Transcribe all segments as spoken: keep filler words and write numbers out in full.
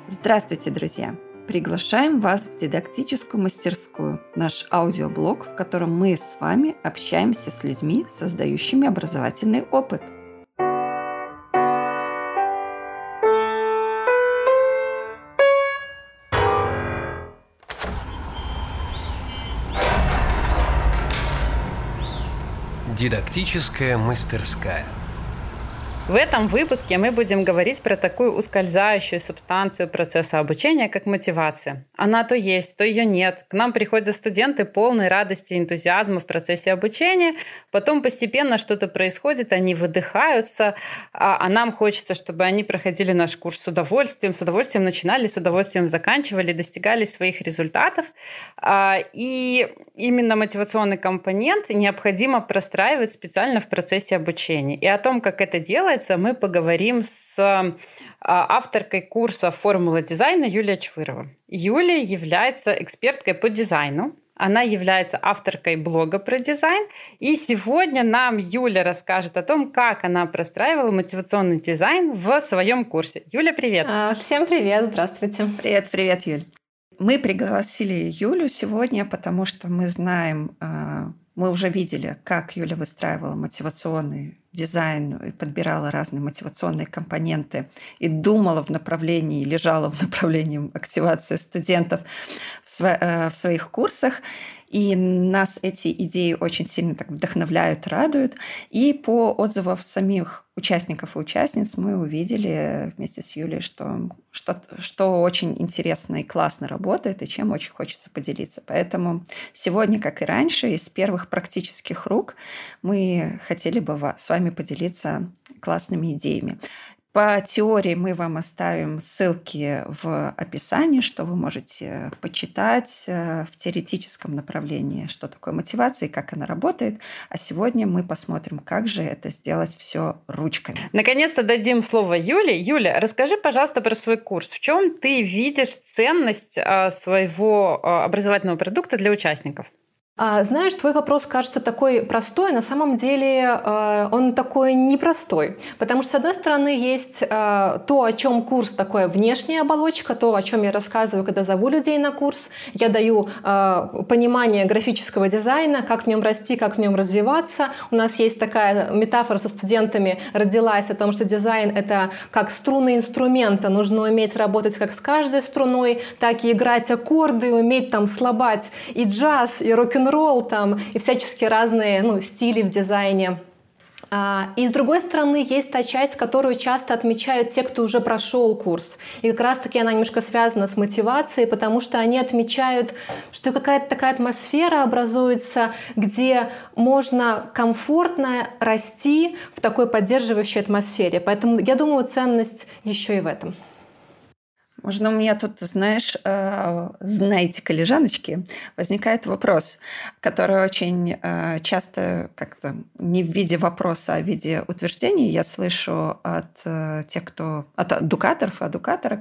Здравствуйте, друзья! Приглашаем вас в дидактическую мастерскую, наш аудиоблог, в котором мы с вами общаемся с людьми, создающими образовательный опыт. Дидактическая мастерская. В этом выпуске мы будем говорить про такую ускользающую субстанцию процесса обучения, как мотивация. Она то есть, то ее нет. К нам приходят студенты полные радости и энтузиазма в процессе обучения, потом постепенно что-то происходит, они выдыхаются, а нам хочется, чтобы они проходили наш курс с удовольствием, с удовольствием начинали, с удовольствием заканчивали, достигали своих результатов. И именно мотивационный компонент необходимо простраивать специально в процессе обучения. И о том, как это делать, мы поговорим с авторкой курса «Формула дизайна» Юлия Чвырова. Юлия является эксперткой по дизайну. Она является авторкой блога про дизайн. И сегодня нам Юля расскажет о том, как она простраивала мотивационный дизайн в своем курсе. Юля, привет! Всем привет, здравствуйте. Привет, привет, Юль. Мы пригласили Юлю сегодня, потому что мы знаем, мы уже видели, как Юля выстраивала мотивационный дизайн и подбирала разные мотивационные компоненты и думала в направлении, лежала в направлении активации студентов в своих курсах. И нас эти идеи очень сильно так вдохновляют, радуют. И по отзывам самих участников и участниц мы увидели вместе с Юлей, что, что, что очень интересно и классно работает, и чем очень хочется поделиться. Поэтому сегодня, как и раньше, из первых практических рук мы хотели бы с вами поделиться классными идеями. По теории мы вам оставим ссылки в описании, что вы можете почитать в теоретическом направлении, что такое мотивация и как она работает. А сегодня мы посмотрим, как же это сделать все ручками. Наконец-то дадим слово Юле. Юля, расскажи, пожалуйста, про свой курс. В чем ты видишь ценность своего образовательного продукта для участников? Знаешь, твой вопрос кажется такой простой, на самом деле он такой непростой, потому что, с одной стороны, есть то, о чем курс такая внешняя оболочка, то, о чем я рассказываю, когда зову людей на курс, я даю понимание графического дизайна, как в нем расти, как в нем развиваться. У нас есть такая метафора со студентами, родилась о том, что дизайн — это как струны инструмента, нужно уметь работать как с каждой струной, так и играть аккорды, уметь там слабать и джаз, и рок-н-ролл, ролл там и всяческие разные ну, стили в дизайне. И с другой стороны, есть та часть, которую часто отмечают те, кто уже прошел курс. И как раз-таки она немножко связана с мотивацией, потому что они отмечают, что какая-то такая атмосфера образуется, где можно комфортно расти в такой поддерживающей атмосфере. Поэтому я думаю, ценность еще и в этом. Можно у меня тут, знаешь, знаете, коллежаночки, возникает вопрос, который очень часто как-то не в виде вопроса, а в виде утверждений я слышу от тех, кто... от адукаторов и адукаторок,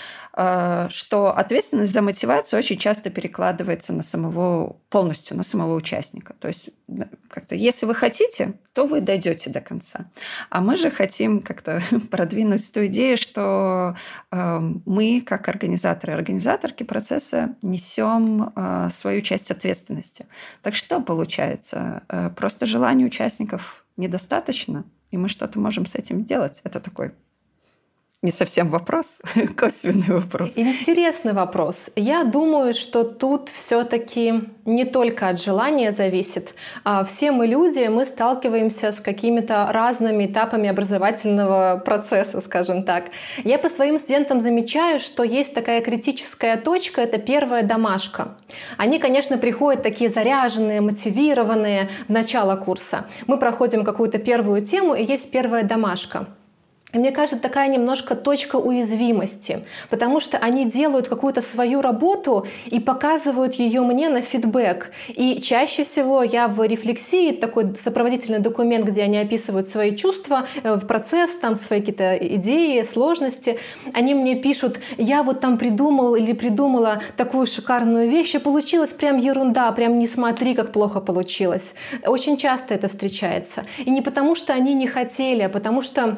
что ответственность за мотивацию очень часто перекладывается на самого, полностью на самого участника. То есть как-то, если вы хотите, то вы дойдете до конца. А мы же хотим как-то продвинуть ту идею, что мы, как организаторы и организаторки процесса, несем свою часть ответственности. Так что получается? Просто желания участников недостаточно, и мы что-то можем с этим делать. Это такой не совсем вопрос, косвенный вопрос. Интересный вопрос. Я думаю, что тут все-таки не только от желания зависит. Все мы люди, мы сталкиваемся с какими-то разными этапами образовательного процесса, скажем так. Я по своим студентам замечаю, что есть такая критическая точка, это первая домашка. Они, конечно, приходят такие заряженные, мотивированные в начало курса. Мы проходим какую-то первую тему, и есть первая домашка. И мне кажется, такая немножко точка уязвимости, потому что они делают какую-то свою работу и показывают ее мне на фидбэк. И чаще всего я в рефлексии, такой сопроводительный документ, где они описывают свои чувства, процесс, там свои какие-то идеи, сложности, они мне пишут: я вот там придумал или придумала такую шикарную вещь, и получилась прям ерунда, прям не смотри, как плохо получилось. Очень часто это встречается. И не потому, что они не хотели, а потому что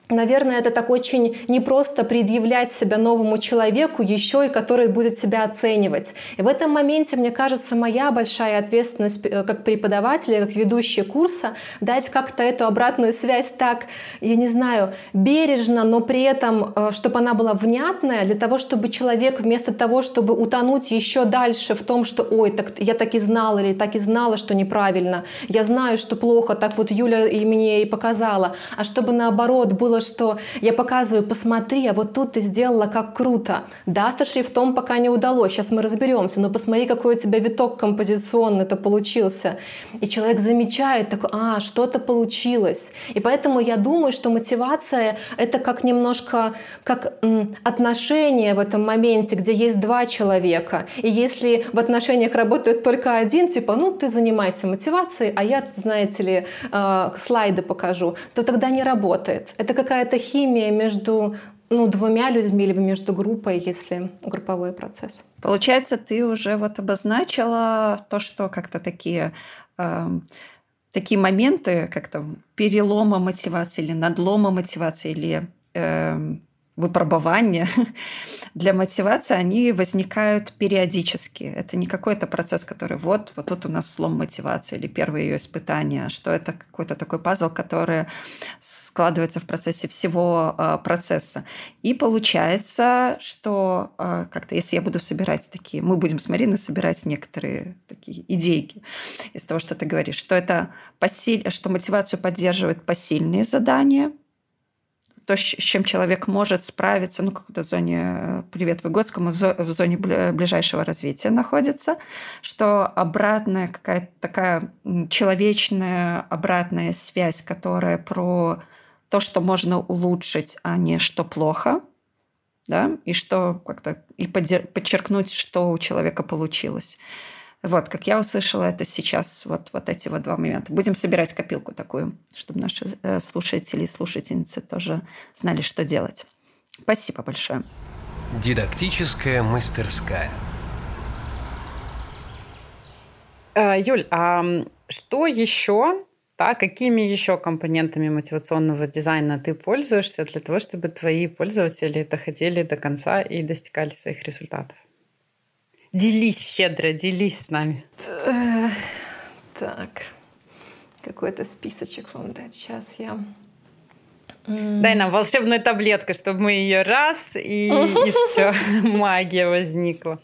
наверное, это так очень непросто предъявлять себя новому человеку, еще и который будет себя оценивать. И в этом моменте, мне кажется, моя большая ответственность как преподавателя, как ведущая курса, дать как-то эту обратную связь так, я не знаю, бережно, но при этом, чтобы она была внятная, для того, чтобы человек вместо того, чтобы утонуть еще дальше в том, что «Ой, так я так и знала» или «так и знала, что неправильно», «Я знаю, что плохо, так вот Юля и мне и показала», а чтобы наоборот было, что я показываю, посмотри, а вот тут ты сделала как круто. Да, со шрифтом пока не удалось, сейчас мы разберемся, но посмотри, какой у тебя виток композиционный-то получился. И человек замечает, такой, а, что-то получилось. И поэтому я думаю, что мотивация — это как немножко как м, отношения в этом моменте, где есть два человека. И если в отношениях работает только один, типа, ну, ты занимайся мотивацией, а я тут, знаете ли, э, слайды покажу, то тогда не работает. Это какая-то химия между ну, двумя людьми или между группой, если групповой процесс. Получается, ты уже вот обозначила то, что как-то такие, э, такие моменты как-то перелома мотивации или надлома мотивации или э, выпробования для мотивации, они возникают периодически. Это не какой-то процесс, который вот, вот тут у нас слом мотивации или первое ее испытание, что это какой-то такой пазл, который складывается в процессе всего э, процесса. И получается, что э, как-то, если я буду собирать такие, мы будем с Мариной собирать некоторые такие идейки из того, что ты говоришь, что это посиль... что мотивацию поддерживают посильные задания, то, с чем человек может справиться, ну, как в зоне, привет Выгодскому, в зоне ближайшего развития находится, что обратная какая-то такая человечная обратная связь, которая про то, что можно улучшить, а не что плохо, да, и что как-то и подчеркнуть, что у человека получилось. Вот, как я услышала, это сейчас вот, вот эти вот два момента. Будем собирать копилку такую, чтобы наши слушатели и слушательницы тоже знали, что делать. Спасибо большое. Дидактическая мастерская. Юль, а что еще, да, какими еще компонентами мотивационного дизайна ты пользуешься для того, чтобы твои пользователи доходили до конца и достигали своих результатов? Делись щедро, делись с нами. Так, какой-то списочек вам дать. Сейчас я... Дай нам волшебную таблетку, чтобы мы ее раз, и, и все, магия возникла.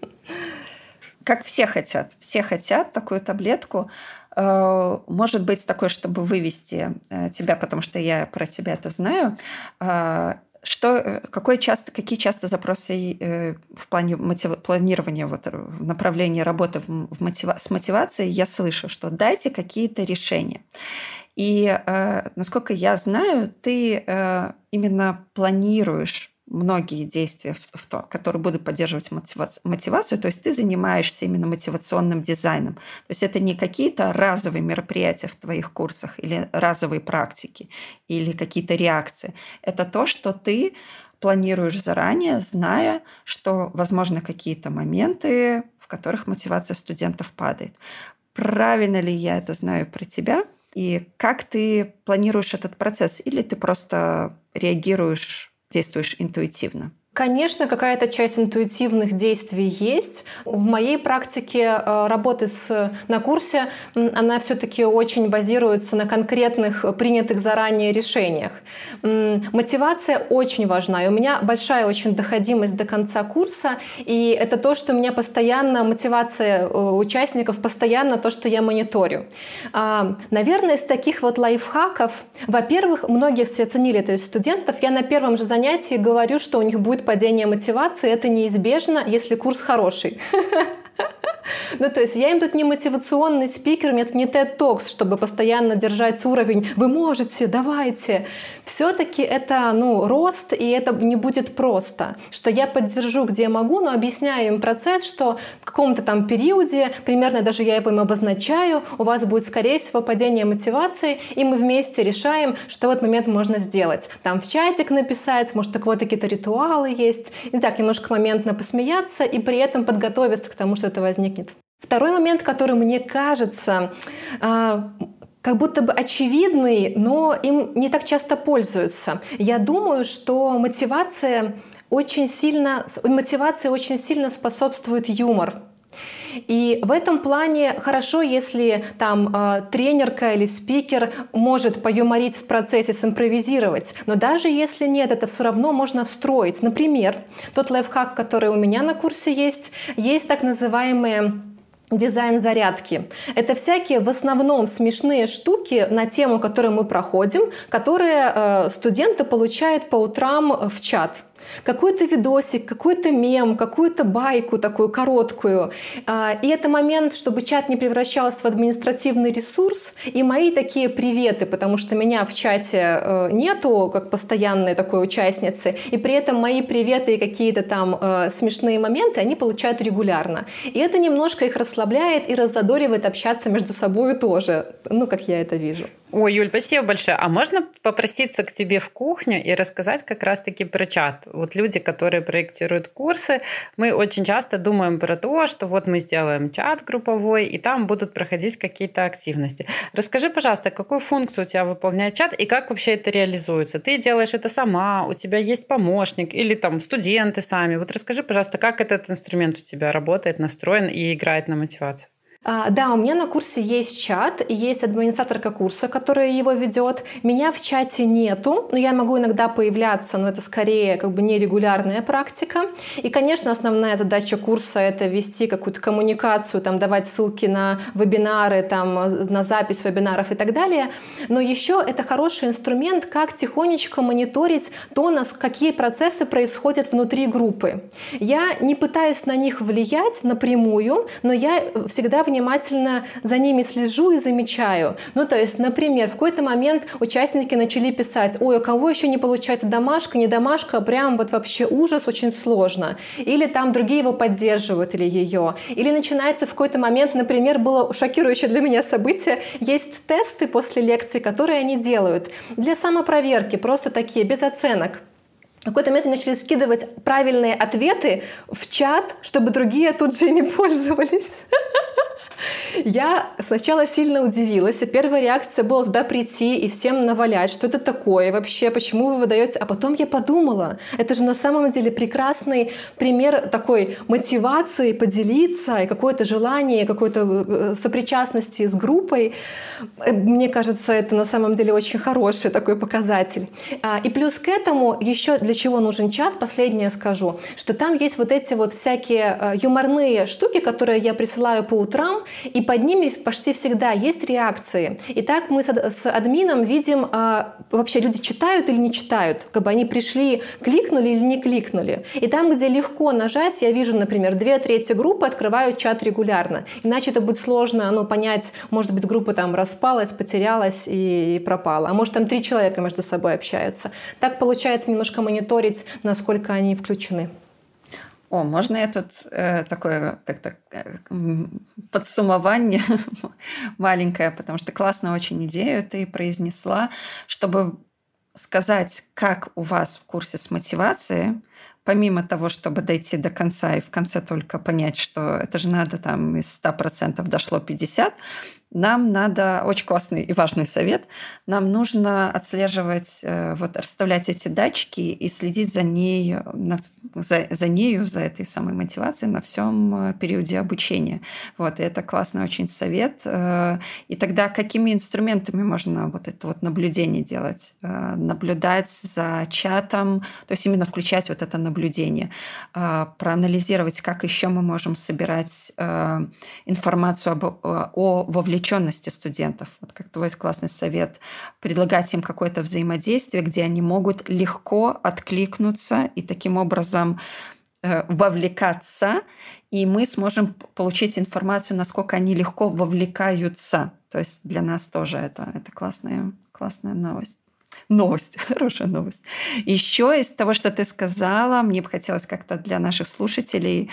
Как все хотят. Все хотят такую таблетку. Может быть, такой, чтобы вывести тебя, потому что я про тебя это знаю. Что, какой часто, какие часто запросы в плане мотив, планирования вот, в направлении работы в, в мотива, с мотивацией я слышу, что дайте какие-то решения. И, э, насколько я знаю, ты э, именно планируешь многие действия, в, в то, которые будут поддерживать мотивацию, мотивацию, то есть ты занимаешься именно мотивационным дизайном. То есть это не какие-то разовые мероприятия в твоих курсах или разовые практики, или какие-то реакции. Это то, что ты планируешь заранее, зная, что возможны какие-то моменты, в которых мотивация студентов падает. Правильно ли я это знаю про тебя? И как ты планируешь этот процесс? Или ты просто реагируешь, действуешь интуитивно? Конечно, какая-то часть интуитивных действий есть. В моей практике работы с, на курсе она все-таки очень базируется на конкретных принятых заранее решениях. Мотивация очень важна. И у меня большая очень доходимость до конца курса. И это то, что у меня постоянно, мотивация участников, постоянно то, что я мониторю. Наверное, из таких вот лайфхаков, во-первых, многие все оценили это из студентов. Я на первом же занятии говорю, что у них будет падение мотивации, это неизбежно, если курс хороший. Ну, то есть я им тут не мотивационный спикер, у меня тут не TED Talks, чтобы постоянно держать уровень «вы можете, давайте». Все-таки это, ну, рост, и это не будет просто. Что я поддержу, где могу, но объясняю им процесс, что в каком-то там периоде, примерно даже я его им обозначаю, у вас будет, скорее всего, падение мотивации, и мы вместе решаем, что в этот момент можно сделать. Там в чатик написать, может, так вот какие-то ритуалы есть. И так, немножко моментно посмеяться, и при этом подготовиться к тому, что это возникнет. Второй момент, который, мне кажется, как будто бы очевидный, но им не так часто пользуются. Я думаю, что мотивация очень сильно, мотивации очень сильно способствует юмор. И в этом плане хорошо, если там э, тренерка или спикер может поюморить в процессе, симпровизировать. Но даже если нет, это все равно можно встроить. Например, тот лайфхак, который у меня на курсе есть, есть так называемые дизайн-зарядки. Это всякие в основном смешные штуки на тему, которую мы проходим, которые э, студенты получают по утрам в чат. Какой-то видосик, какой-то мем, какую-то байку такую короткую. И это момент, чтобы чат не превращался в административный ресурс. И мои такие приветы, потому что меня в чате нету как постоянной такой участницы. И при этом мои приветы и какие-то там смешные моменты они получают регулярно. И это немножко их расслабляет и раззадоривает общаться между собой тоже. Ну, как я это вижу. Ой, Юль, спасибо большое. А можно попроситься к тебе в кухню и рассказать как раз-таки про чат? Вот люди, которые проектируют курсы, мы очень часто думаем про то, что вот мы сделаем чат групповой, и там будут проходить какие-то активности. Расскажи, пожалуйста, какую функцию у тебя выполняет чат и как вообще это реализуется? Ты делаешь это сама, у тебя есть помощник или там студенты сами? Вот расскажи, пожалуйста, как этот инструмент у тебя работает, настроен и играет на мотивацию? А, да, у меня на курсе есть чат, и есть администраторка курса, которая его ведет. Меня в чате нету, но я могу иногда появляться, но это скорее как бы нерегулярная практика. И, конечно, основная задача курса — это вести какую-то коммуникацию, там, давать ссылки на вебинары, там, на запись вебинаров и так далее. Но еще это хороший инструмент, как тихонечко мониторить то, какие процессы происходят внутри группы. Я не пытаюсь на них влиять напрямую, но я всегда внимательно за ними слежу и замечаю. Ну, то есть, например, в какой-то момент участники начали писать: ой, у кого еще не получается домашка, не домашка, прям вот вообще ужас, очень сложно. Или там другие его поддерживают, или ее. Или начинается в какой-то момент, например, было шокирующее для меня событие, есть тесты после лекции, которые они делают для самопроверки, просто такие, без оценок. В какой-то момент они начали скидывать правильные ответы в чат, чтобы другие тут же ими пользовались. Я сначала сильно удивилась, и первая реакция была туда прийти и всем навалять, что это такое вообще, почему вы выдаете. А потом я подумала, это же на самом деле прекрасный пример такой мотивации поделиться, и какое-то желание, какой-то сопричастности с группой. Мне кажется, это на самом деле очень хороший такой показатель. И плюс к этому еще для чего нужен чат, последнее скажу, что там есть вот эти вот всякие юморные штуки, которые я присылаю по утрам, и под ними почти всегда есть реакции. И так мы с админом видим, вообще люди читают или не читают, как бы они пришли, кликнули или не кликнули. И там, где легко нажать, я вижу, например, две трети группы открывают чат регулярно. Иначе это будет сложно, ну, понять, может быть, группа там распалась, потерялась и пропала. А может, там три человека между собой общаются. Так получается немножко мониторить, насколько они включены. О, можно я тут э, такое как-то э, подсумование маленькое, потому что классную очень идею ты произнесла, чтобы сказать, как у вас в курсе с мотивацией, помимо того, чтобы дойти до конца и в конце только понять, что это же надо там из ста процентов дошло пятьдесят процентов, нам надо, очень классный и важный совет, нам нужно отслеживать, вот расставлять эти датчики и следить за ней, за, за нею, за этой самой мотивацией на всем периоде обучения. Вот, и это классный очень совет. И тогда какими инструментами можно вот это вот наблюдение делать? Наблюдать за чатом, то есть именно включать вот это наблюдение, проанализировать, как еще мы можем собирать информацию об, о вовлеченности студентов. Вот как твой классный совет, предлагать им какое-то взаимодействие, где они могут легко откликнуться и таким образом э, вовлекаться, и мы сможем получить информацию, насколько они легко вовлекаются. То есть для нас тоже это, это классная, классная новость. Новость, хорошая новость. Еще из того, что ты сказала, мне бы хотелось как-то для наших слушателей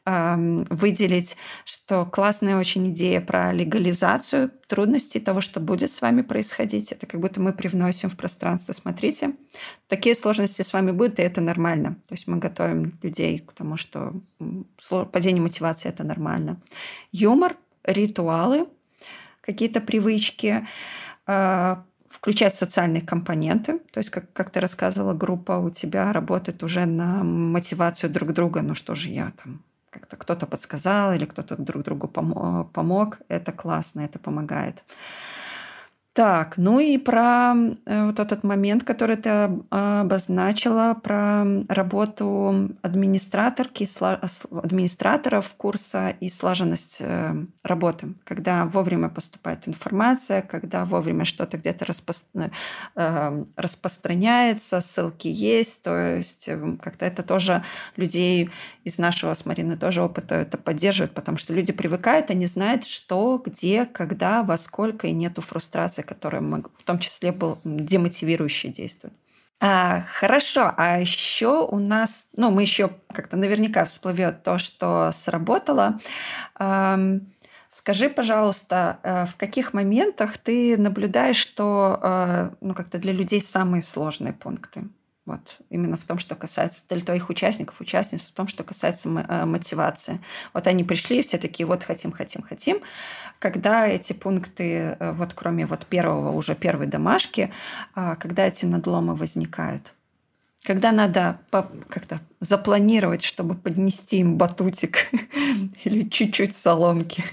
эм, выделить, что классная очень идея про легализацию трудностей того, что будет с вами происходить. Это как будто мы привносим в пространство. Смотрите, такие сложности с вами будут, и это нормально. То есть мы готовим людей к тому, что падение мотивации – это нормально. Юмор, ритуалы, какие-то привычки, включать социальные компоненты. То есть, как, как ты рассказывала, группа у тебя работает уже на мотивацию друг друга. Ну что же я там, как-то кто-то подсказал или кто-то друг другу помог. Это классно, это помогает. Так, ну и про вот этот момент, который ты обозначила, про работу администраторки, администраторов курса и слаженность работы. Когда вовремя поступает информация, когда вовремя что-то где-то распространяется, ссылки есть, то есть как-то это тоже людей из нашего с Мариной тоже опыта это поддерживает, потому что люди привыкают, они знают, что, где, когда, во сколько, и нету фрустрации, которая в том числе был демотивирующе действует. А, хорошо, а еще у нас, ну, мы еще как-то наверняка всплывет то, что сработало. Эм, скажи, пожалуйста, э, в каких моментах ты наблюдаешь, что э, ну, как-то для людей самые сложные пункты? Вот, именно в том, что касается для твоих участников, участниц, в том, что касается мотивации. Вот они пришли, и все такие, вот хотим, хотим, хотим. Когда эти пункты, вот кроме вот первого, уже первой домашки, когда эти надломы возникают? Когда надо как-то запланировать, чтобы поднести им батутик или чуть-чуть соломки?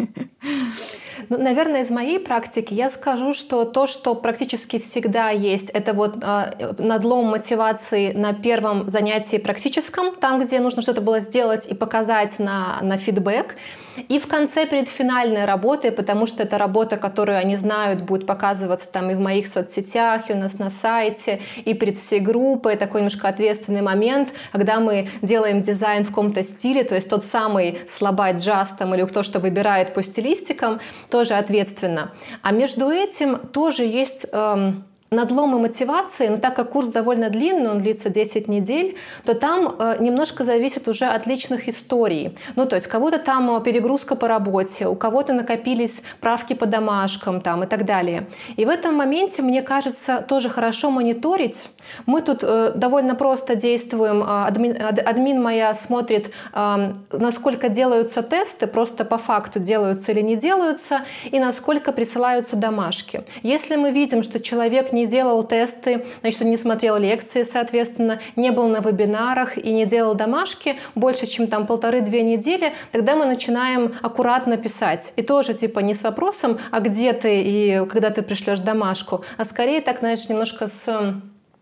Ну, наверное, из моей практики я скажу, что то, что практически всегда есть, это вот э, надлом мотивации на первом занятии практическом, там, где нужно что-то было сделать и показать на, на фидбэк. И в конце перед финальной работой, потому что это работа, которую они знают, будет показываться там и в моих соцсетях, и у нас на сайте, и перед всей группой. Такой немножко ответственный момент, когда мы делаем дизайн в каком-то стиле, то есть тот самый слабай джаз там, или кто что выбирает по стилистикам, тоже ответственно. А между этим тоже есть... Эм, надломы мотивации, но так как курс довольно длинный, он длится десять недель, то там э, немножко зависит уже от личных историй. Ну, то есть кого-то там перегрузка по работе, у кого-то накопились правки по домашкам там, и так далее. И в этом моменте, мне кажется, тоже хорошо мониторить. Мы тут э, довольно просто действуем. Админ, админ моя смотрит, э, насколько делаются тесты, просто по факту делаются или не делаются, и насколько присылаются домашки. Если мы видим, что человек не не делал тесты, значит, он не смотрел лекции, соответственно, не был на вебинарах и не делал домашки больше, чем там полторы-две недели, тогда мы начинаем аккуратно писать. И тоже типа не с вопросом, а где ты и когда ты пришлешь домашку, а скорее так, знаешь, немножко с...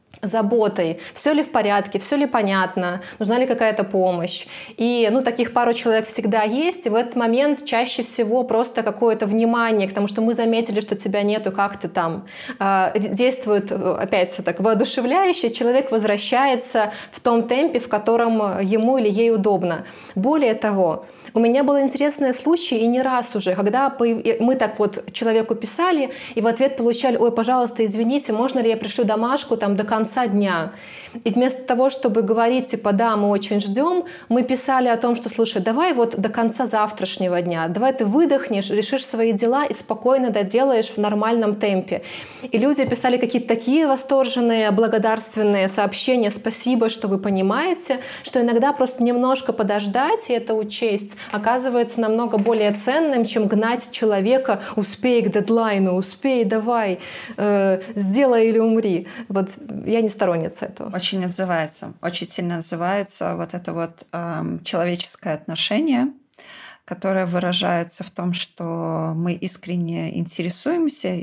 заботой, все ли в порядке, все ли понятно, нужна ли какая-то помощь. И ну, таких пару человек всегда есть, и в этот момент чаще всего просто какое-то внимание к тому, что мы заметили, что тебя нету, как ты там. Действует опять так воодушевляюще, человек возвращается в том темпе, в котором ему или ей удобно. Более того, у меня был интересный случай, и не раз уже, когда мы так вот человеку писали, и в ответ получали: ой, пожалуйста, извините, можно ли я пришлю домашку там до конца дня? И вместо того, чтобы говорить, типа, да, мы очень ждем, мы писали о том, что, слушай, давай вот до конца завтрашнего дня, давай ты выдохнешь, решишь свои дела и спокойно доделаешь в нормальном темпе. И люди писали какие-то такие восторженные, благодарственные сообщения: спасибо, что вы понимаете, что иногда просто немножко подождать и это учесть оказывается намного более ценным, чем гнать человека: успей к дедлайну, успей, давай, э, сделай или умри. Вот я не сторонница этого. Очень отзывается, очень сильно отзывается вот это вот э, человеческое отношение, которое выражается в том, что мы искренне интересуемся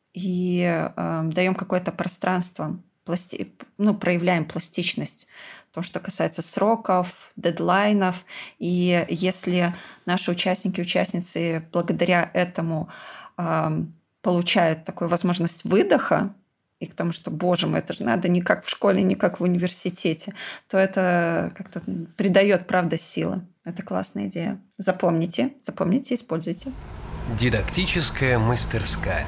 и э, даем какое-то пространство, пласти... ну, проявляем пластичность. То, что касается сроков, дедлайнов. И если наши участники и участницы благодаря этому э, получают такую возможность выдоха, и к тому, что, боже мой, это же надо не как в школе, не как в университете, то это как-то придает, правда, силы. Это классная идея. Запомните, запомните, используйте. Дидактическая мастерская.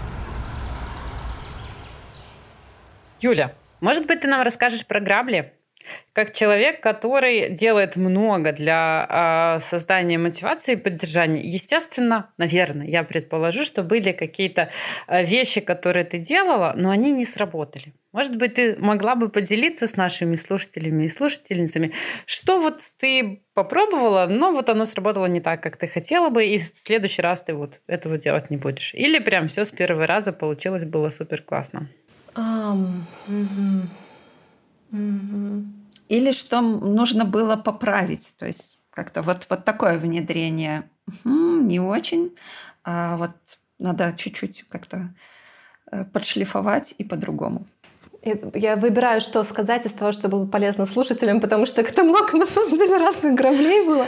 Юля, может быть, ты нам расскажешь про грабли? Как человек, который делает много для э, создания мотивации и поддержания, естественно, наверное, я предположу, что были какие-то э, вещи, которые ты делала, но они не сработали. Может быть, ты могла бы поделиться с нашими слушателями и слушательницами, что вот ты попробовала, но вот оно сработало не так, как ты хотела бы, и в следующий раз ты вот этого делать не будешь. Или прям все с первого раза получилось, было супер классно. Um, mm-hmm. Mm-hmm. Или что нужно было поправить. То есть как-то вот, вот такое внедрение угу, не очень. А вот надо чуть-чуть как-то подшлифовать и по-другому. Я выбираю, что сказать из того, что было полезно слушателям, потому что это много, на самом деле, разных граблей было.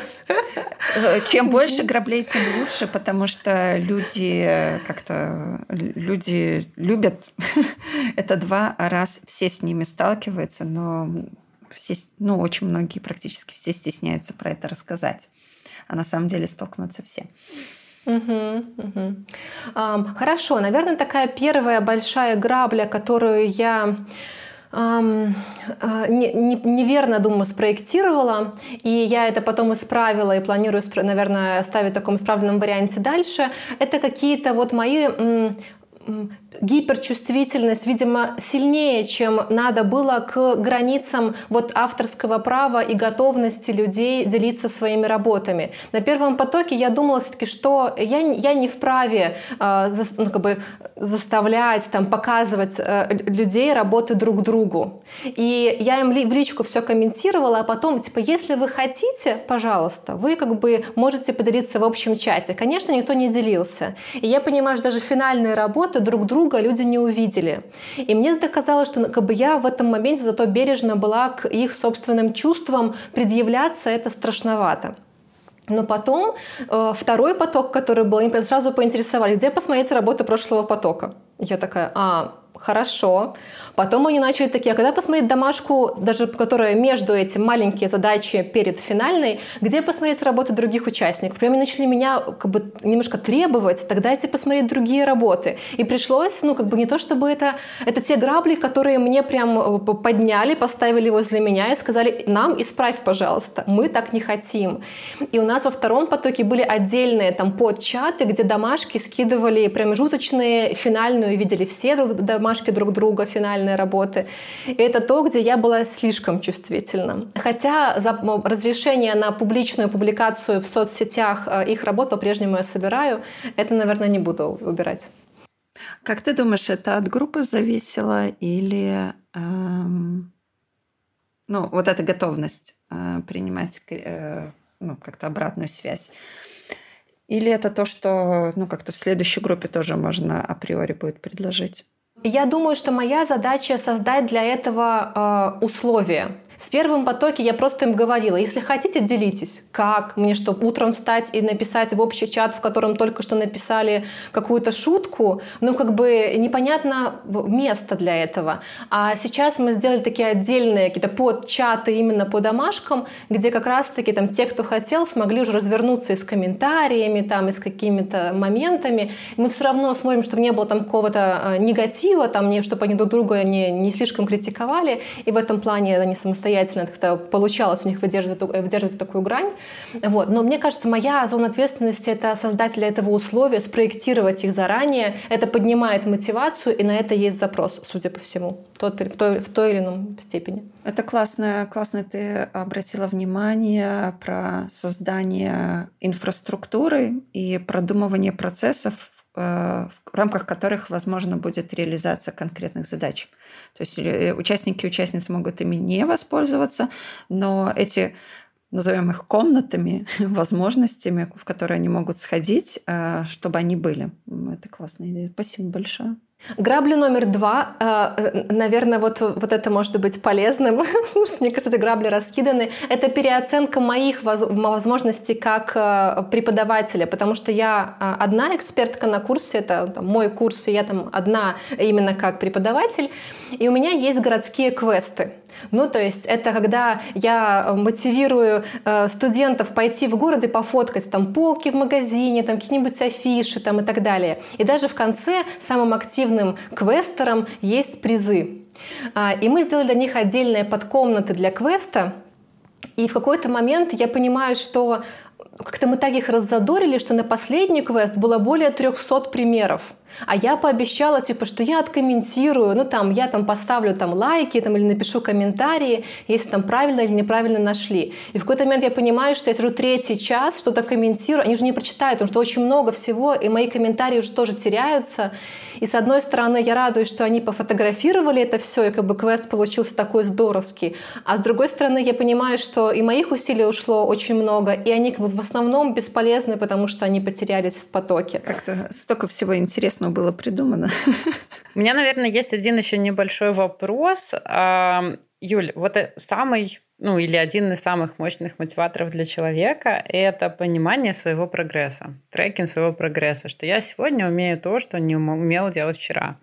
Чем больше граблей, тем лучше, потому что люди как-то люди любят это два, а раз все с ними сталкиваются, но все, ну, очень многие, практически все стесняются про это рассказать. А на самом деле столкнутся все. Угу, угу. Um, хорошо, наверное, такая первая большая грабля, которую я um, uh, не, не, неверно, думаю, спроектировала, и я это потом исправила и планирую, наверное, оставить в таком исправленном варианте дальше, это какие-то вот мои... М- гиперчувствительность, видимо, сильнее, чем надо было к границам вот авторского права и готовности людей делиться своими работами. На первом потоке я думала все-таки, что я, я не вправе э, за, ну, как бы заставлять, там, показывать э, людей работы друг другу. И я им ли, в личку все комментировала, а потом, типа, если вы хотите, пожалуйста, вы как бы можете поделиться в общем чате. Конечно, никто не делился. И я понимаю, что даже финальные работы друг друга люди не увидели. И мне это казалось, что как бы я в этом моменте зато бережно была к их собственным чувствам, предъявляться это страшновато. Но потом э, второй поток, который был, они прям сразу поинтересовались, где посмотреть работу прошлого потока. Я такая, а, хорошо. Потом они начали такие, а когда посмотреть домашку, даже которая между этим маленькие задачи перед финальной, где посмотреть работы других участников? Прямо начали меня как бы немножко требовать, тогда дайте посмотреть другие работы. И пришлось, ну как бы не то чтобы это, это те грабли, которые мне прям подняли, поставили возле меня и сказали, нам исправь, пожалуйста, мы так не хотим. И у нас во втором потоке были отдельные там подчаты, где домашки скидывали промежуточные, финальную видели все домашки друг друга, финальные работы. И это то, где я была слишком чувствительна. Хотя за разрешение на публичную публикацию в соцсетях их работ по-прежнему я собираю, это, наверное, не буду выбирать. Как ты думаешь, это от группы зависело или эм, ну, вот эта готовность э, принимать э, ну, как-то обратную связь? Или это то, что ну, как-то в следующей группе тоже можно априори будет предложить? Я думаю, что моя задача создать для этого э, условия. В первом потоке я просто им говорила, если хотите, делитесь. Как? Мне что, утром встать и написать в общий чат, в котором только что написали какую-то шутку? Ну, как бы непонятно место для этого. А сейчас мы сделали такие отдельные какие-то подчаты именно по домашкам, где как раз-таки там те, кто хотел, смогли уже развернуться и с комментариями, там, и с какими-то моментами. Мы все равно смотрим, чтобы не было там какого-то негатива, там, не, чтобы они друг друга не, не слишком критиковали. И в этом плане они самостоятельно как-то получалось у них выдерживать, выдерживать такую грань. Вот. Но мне кажется, моя зона ответственности — это создатель этого условия, спроектировать их заранее. Это поднимает мотивацию, и на это есть запрос, судя по всему, в той, в той, в той или ином степени. Это классно, классно ты обратила внимание про создание инфраструктуры и продумывание процессов, в рамках которых возможно будет реализация конкретных задач. То есть участники и участницы могут ими не воспользоваться, но эти, назовем их комнатами, возможностями, в которые они могут сходить, чтобы они были. Это классная идея. Спасибо большое. Грабли номер два, наверное, вот, вот это может быть полезным, потому что, мне кажется, эти грабли раскиданы. Это переоценка моих возможностей как преподавателя, потому что я одна экспертка на курсе, это там, мой курс, и я там одна именно как преподаватель, и у меня есть городские квесты. Ну, то есть это когда я мотивирую э, студентов пойти в город и пофоткать там полки в магазине, там какие-нибудь афиши там, и так далее. И даже в конце самым активным квестером есть призы. И мы сделали для них отдельные подкомнаты для квеста. И в какой-то момент я понимаю, что как-то мы так их раззадорили, что на последний квест было более трехсот примеров. А я пообещала, типа, что я откомментирую, ну там, я там поставлю там лайки там, или напишу комментарии, если там правильно или неправильно нашли. И в какой-то момент я понимаю, что я сижу третий час, что-то комментирую, они же не прочитают, потому что очень много всего, и мои комментарии уже тоже теряются. И с одной стороны, я радуюсь, что они пофотографировали это все, и как бы квест получился такой здоровский. А с другой стороны, я понимаю, что и моих усилий ушло очень много, и они как бы в основном бесполезны, потому что они потерялись в потоке. Как-то столько всего интересного было придумано. У меня, наверное, есть один еще небольшой вопрос. Юль, вот самый, ну или один из самых мощных мотиваторов для человека – это понимание своего прогресса, трекинг своего прогресса, что я сегодня умею то, что не умел делать вчера.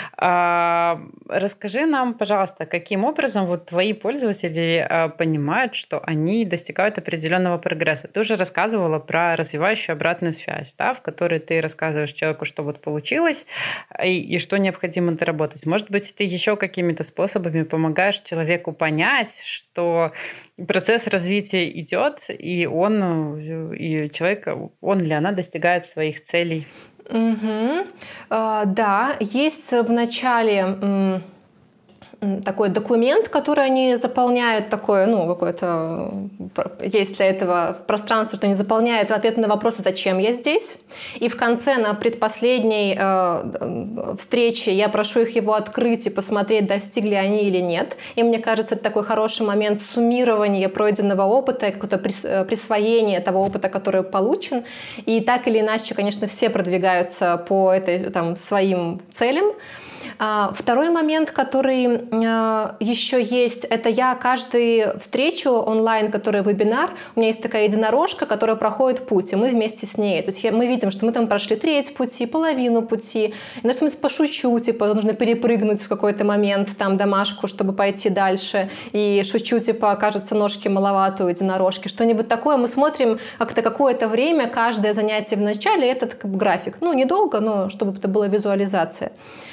Расскажи нам, пожалуйста, каким образом вот твои пользователи понимают, что они достигают определенного прогресса. Ты уже рассказывала про развивающую обратную связь, да, в которой ты рассказываешь человеку, что вот получилось и, и что необходимо доработать. Может быть, ты еще какими-то способами помогаешь человеку понять, что процесс развития идет, и он, и человек, он или она достигает своих целей. Угу. А, да, есть в начале такой документ, который они заполняют, такое, ну, какое-то, есть для этого пространство, что они заполняют ответ на вопросы, зачем я здесь. И в конце, на предпоследней э, встрече, я прошу их его открыть и посмотреть, достигли они или нет. И мне кажется, это такой хороший момент суммирования пройденного опыта, какое-то присвоение того опыта, который получен. И так или иначе, конечно, все продвигаются по этой, там, своим целям. Второй момент, который еще есть, это я каждую встречу онлайн, которая вебинар, у меня есть такая единорожка, которая проходит путь, и мы вместе с ней. То есть мы видим, что мы там прошли треть пути, половину пути. И на что-нибудь пошучу, типа нужно перепрыгнуть в какой-то момент там домашку, чтобы пойти дальше. И шучу, типа, кажется, ножки маловато у единорожки. Что-нибудь такое. Мы смотрим как-то какое-то время, каждое занятие в начале, этот как бы, график. Ну, недолго, но чтобы это была визуализация.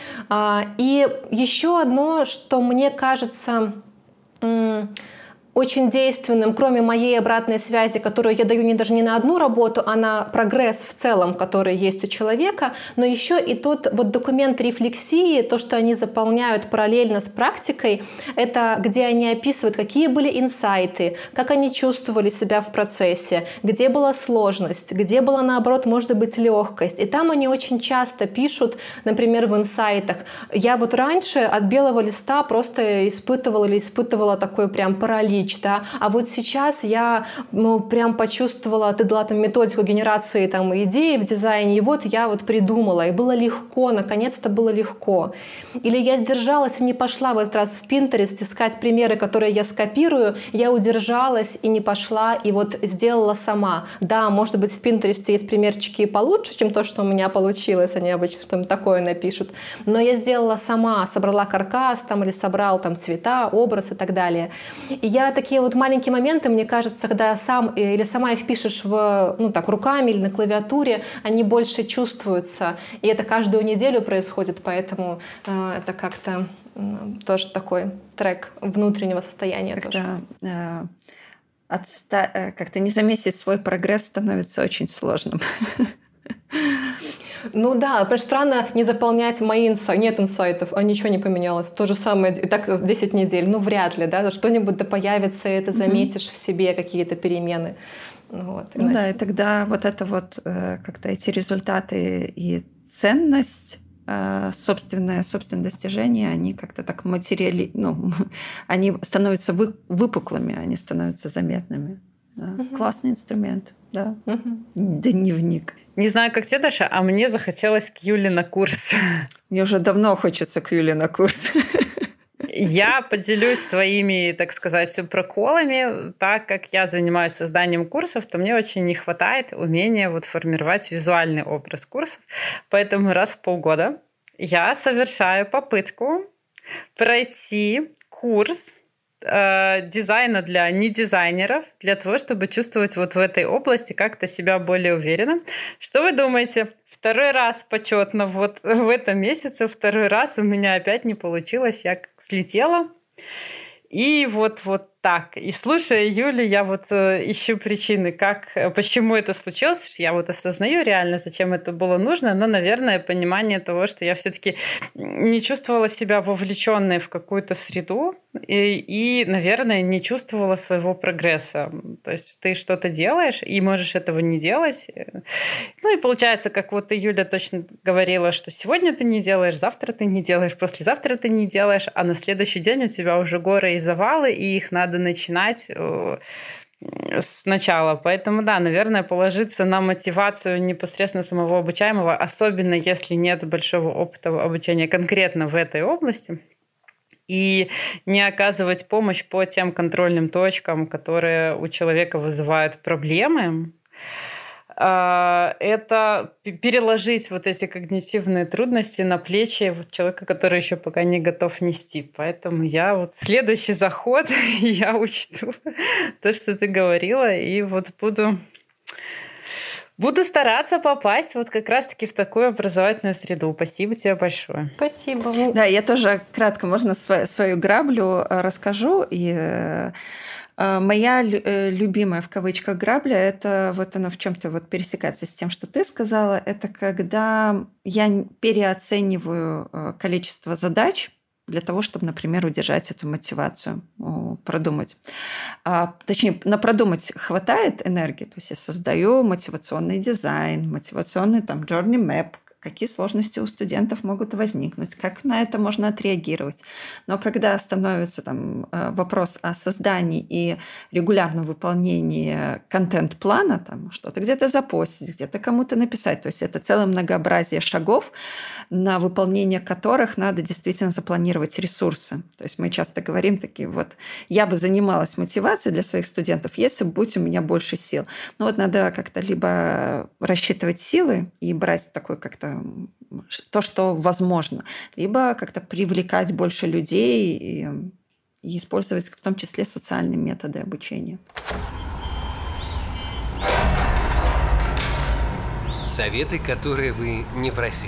И еще одно, что мне кажется очень действенным, кроме моей обратной связи, которую я даю не даже не на одну работу, а на прогресс в целом, который есть у человека, но еще и тот вот документ рефлексии, то, что они заполняют параллельно с практикой, это где они описывают, какие были инсайты, как они чувствовали себя в процессе, где была сложность, где была, наоборот, может быть, легкость. И там они очень часто пишут, например, в инсайтах, я вот раньше от белого листа просто испытывала или испытывала такой прям паралич, да, а вот сейчас я ну, прям почувствовала, ты дала там методику генерации там идей в дизайне, и вот я вот придумала, и было легко, наконец-то было легко. Или я сдержалась и не пошла в этот раз в Pinterest искать примеры, которые я скопирую, я удержалась и не пошла, и вот сделала сама. Да, может быть, в Pinterest есть примерчики получше, чем то, что у меня получилось, они обычно там такое напишут, но я сделала сама, собрала каркас там или собрал там цвета, образ и так далее. И я такие вот маленькие моменты, мне кажется, когда сам или сама их пишешь в, ну, так, руками или на клавиатуре, они больше чувствуются. И это каждую неделю происходит, поэтому э, это как-то э, тоже такой трек внутреннего состояния. Когда э, отста- как-то не заметить свой прогресс становится очень сложным. Ну да, потому что странно не заполнять мои инсайты. Нет инсайтов, а ничего не поменялось. То же самое, и так десять недель. Ну вряд ли, да, что-нибудь да появится, и ты заметишь mm-hmm. в себе какие-то перемены. Вот, ну да, и тогда вот это вот как-то эти результаты и ценность, собственное, собственное достижение, они как-то так материали... Ну, они становятся вы... выпуклыми, они становятся заметными. Да. Mm-hmm. Классный инструмент, да. Mm-hmm. Дневник. Не знаю, как тебе, Даша, а мне захотелось к Юле на курс. Мне уже давно хочется к Юле на курс. Я поделюсь своими, так сказать, проколами. Так как я занимаюсь созданием курсов, то мне очень не хватает умения вот формировать визуальный образ курсов. Поэтому раз в полгода я совершаю попытку пройти курс дизайна для недизайнеров, для того, чтобы чувствовать вот в этой области как-то себя более уверенно. Что вы думаете? Второй раз почетно вот в этом месяце, второй раз у меня опять не получилось. Я слетела. И вот, вот так. И слушая Юлю, я вот э, ищу причины, как, э, почему это случилось. Я вот осознаю реально, зачем это было нужно, но, наверное, понимание того, что я все-таки не чувствовала себя вовлеченной в какую-то среду и, и, наверное, не чувствовала своего прогресса. То есть ты что-то делаешь и можешь этого не делать. Ну и получается, как вот и Юля точно говорила, что сегодня ты не делаешь, завтра ты не делаешь, послезавтра ты не делаешь, а на следующий день у тебя уже горы и завалы, и их надо начинать сначала. Поэтому, да, наверное, положиться на мотивацию непосредственно самого обучаемого, особенно если нет большого опыта обучения конкретно в этой области, и не оказывать помощь по тем контрольным точкам, которые у человека вызывают проблемы. Это переложить вот эти когнитивные трудности на плечи человека, который еще пока не готов нести. Поэтому я вот следующий заход я учту то, что ты говорила, и вот буду, буду стараться попасть вот как раз-таки в такую образовательную среду. Спасибо тебе большое. Спасибо. Да, я тоже кратко, можно свою, свою граблю расскажу. И моя любимая в кавычках грабля, это вот она в чем-то вот пересекается с тем, что ты сказала, это когда я переоцениваю количество задач для того, чтобы, например, удержать эту мотивацию, продумать. А, точнее, на продумать хватает энергии, то есть я создаю мотивационный дизайн, мотивационный там journey map, какие сложности у студентов могут возникнуть, как на это можно отреагировать. Но когда становится там вопрос о создании и регулярном выполнении контент-плана, там что-то где-то запостить, где-то кому-то написать, то есть это целое многообразие шагов, на выполнение которых надо действительно запланировать ресурсы. То есть мы часто говорим такие вот, я бы занималась мотивацией для своих студентов, если бы будь у меня больше сил. Но вот надо как-то либо рассчитывать силы и брать такой как-то то, что возможно, либо как-то привлекать больше людей и, и использовать в том числе социальные методы обучения. Советы, которые вы не просили.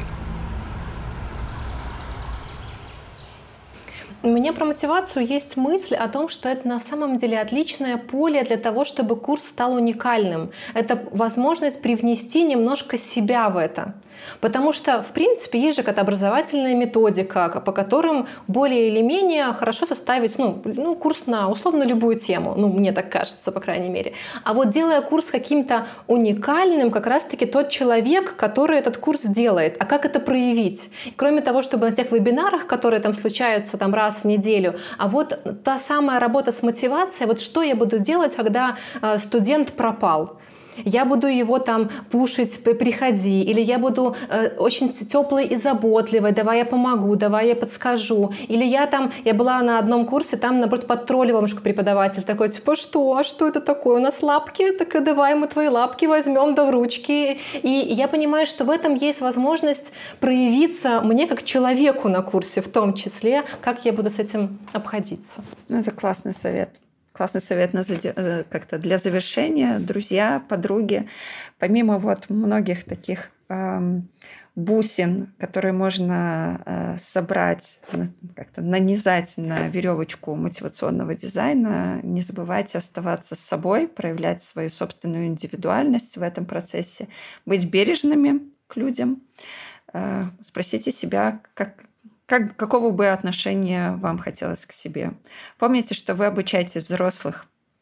У меня про мотивацию есть мысль о том, что это на самом деле отличное поле для того, чтобы курс стал уникальным. Это возможность привнести немножко себя в это. Потому что, в принципе, есть же какая-то образовательная методика, по которым более или менее хорошо составить ну, ну, курс на условно любую тему. Ну, мне так кажется, по крайней мере. А вот делая курс каким-то уникальным, как раз-таки тот человек, который этот курс делает. А как это проявить? И кроме того, чтобы на тех вебинарах, которые там случаются там, раз в неделю, а вот та самая работа с мотивацией, вот что я буду делать, когда э, студент пропал? Я буду его там пушить, приходи, или я буду э, очень теплой и заботливой, давай я помогу, давай я подскажу, или я там, я была на одном курсе, там, наоборот, подтролливал немножко преподаватель, такой, типа, что, а что это такое, у нас лапки, так и давай мы твои лапки возьмем, да в ручки, и я понимаю, что в этом есть возможность проявиться мне как человеку на курсе, в том числе, как я буду с этим обходиться. Ну, это классный совет. Классный совет на как-то для завершения. Друзья, подруги, помимо вот многих таких эм, бусин, которые можно э, собрать, как-то нанизать на веревочку мотивационного дизайна, не забывайте оставаться с собой, проявлять свою собственную индивидуальность в этом процессе, быть бережными к людям. Э, спросите себя, как Как, какого бы отношения вам хотелось к себе? Помните, что вы обучаете взрослых.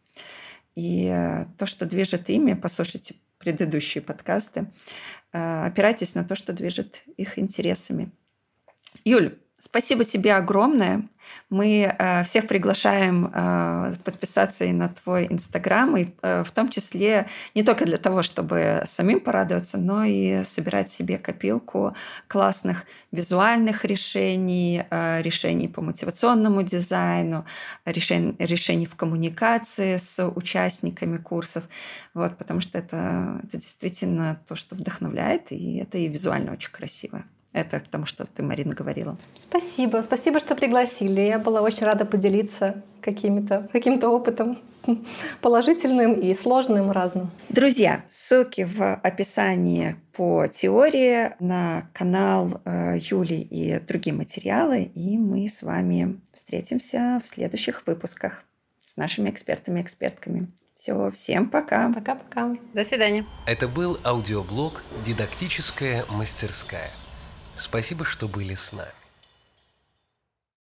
И то, что движет ими, послушайте предыдущие подкасты, опирайтесь на то, что движет их интересами. Юль, спасибо тебе огромное. Мы всех приглашаем подписаться и на твой Инстаграм, и в том числе не только для того, чтобы самим порадоваться, но и собирать себе копилку классных визуальных решений, решений по мотивационному дизайну, решений, решений в коммуникации с участниками курсов, вот, потому что это, это действительно то, что вдохновляет, и это и визуально очень красиво. Это к тому, что ты, Марина, говорила. Спасибо. Спасибо, что пригласили. Я была очень рада поделиться какими-то, каким-то опытом положительным и сложным, разным. Друзья, ссылки в описании по теории на канал э, Юли и другие материалы. И мы с вами встретимся в следующих выпусках с нашими экспертами и экспертками. Все, всем пока. Пока-пока. До свидания. Это был аудиоблог «Дидактическая мастерская». Спасибо, что были с нами.